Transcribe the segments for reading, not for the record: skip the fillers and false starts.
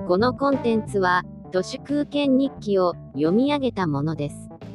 このコンテンツは、都市空間日記を読み上げたものです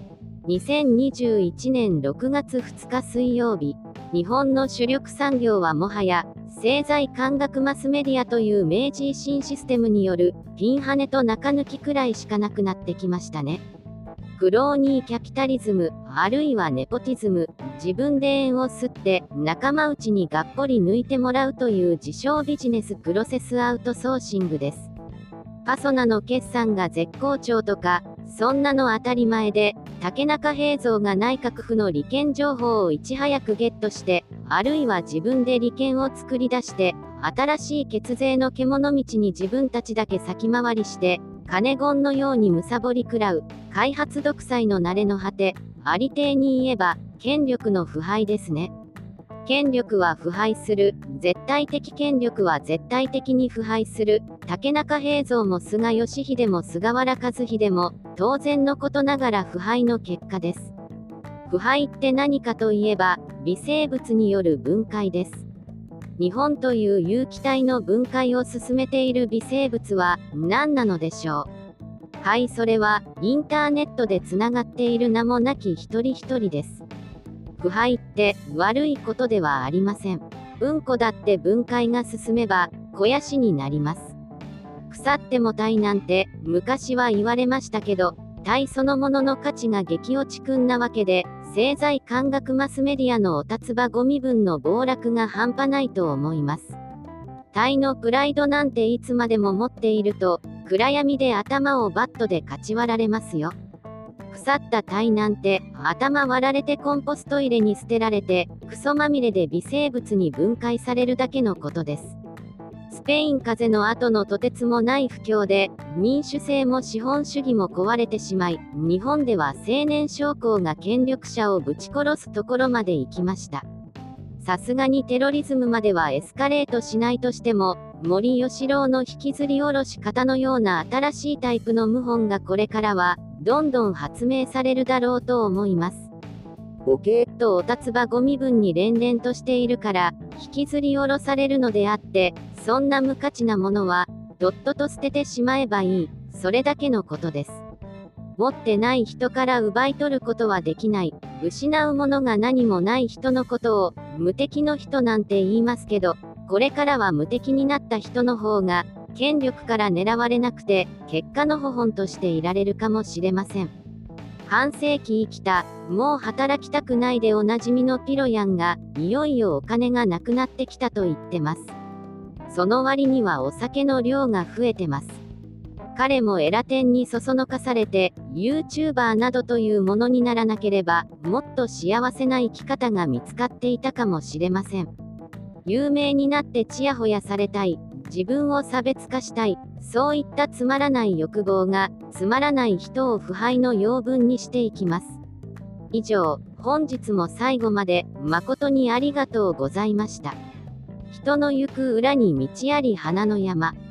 。2021年6月2日水曜日、日本の主力産業はもはや、製材感覚マスメディアという明治維新システムによるピンハネと中抜きくらいしかなくなってきましたね。クローニーキャピタリズム、あるいはネポティズム、自分で縁を吸って仲間内にがっぽり抜いてもらうという自称ビジネスプロセスアウトソーシングです。パソナの決算が絶好調とか、そんなの当たり前で、竹中平蔵が内閣府の利権情報をいち早くゲットして、あるいは自分で利権を作り出して、新しい血税の獣道に自分たちだけ先回りして、金権のように貪り食らう、開発独裁の慣れの果て、ありていに言えば、権力の腐敗ですね。権力は腐敗する、絶対的権力は絶対的に腐敗する、竹中平蔵も菅義偉も菅原和秀も、当然のことながら腐敗の結果です。腐敗って何かといえば、微生物による分解です。日本という有機体の分解を進めている微生物は何なのでしょう。はい、それはインターネットでつながっている名もなき一人一人です。腐敗って悪いことではありません。うんこだって分解が進めば肥やしになります。腐っても鯛なんて昔は言われましたけど、鯛そのものの価値が激落ちくんなわけで、製材感覚マスメディアのおたつばご身分の暴落が半端ないと思います。鯛のプライドなんていつまでも持っていると、暗闇で頭をバットでかち割られますよ。腐った鯛なんて頭割られてコンポスト入れに捨てられてクソまみれで微生物に分解されるだけのことです。スペイン風邪の後のとてつもない不況で民主制も資本主義も壊れてしまい、日本では青年将校が権力者をぶち殺すところまで行きました。さすがにテロリズムまではエスカレートしないとしても、森喜朗の引きずり下ろし方のような新しいタイプの謀反がこれからはどんどん発明されるだろうと思います。ボケーっとおたつばご身分に連々としているから引きずり下ろされるのであって、そんな無価値なものはとっとと捨ててしまえばいい、それだけのことです。持ってない人から奪い取ることはできない、失うものが何もない人のことを無敵の人なんて言いますけど、これからは無敵になった人の方が権力から狙われなくて結果の保本としていられるかもしれません。半世紀生きた、もう働きたくないでおなじみのピロヤンがいよいよお金がなくなってきたと言ってます。その割にはお酒の量が増えてます。彼もエラ店にそそのかされて YouTuber などというものにならなければもっと幸せな生き方が見つかっていたかもしれません。有名になってちやほやされたい、自分を差別化したい、そういったつまらない欲望がつまらない人を腐敗の養分にしていきます。以上、本日も最後まで誠にありがとうございました。人の行く裏に道あり花の山。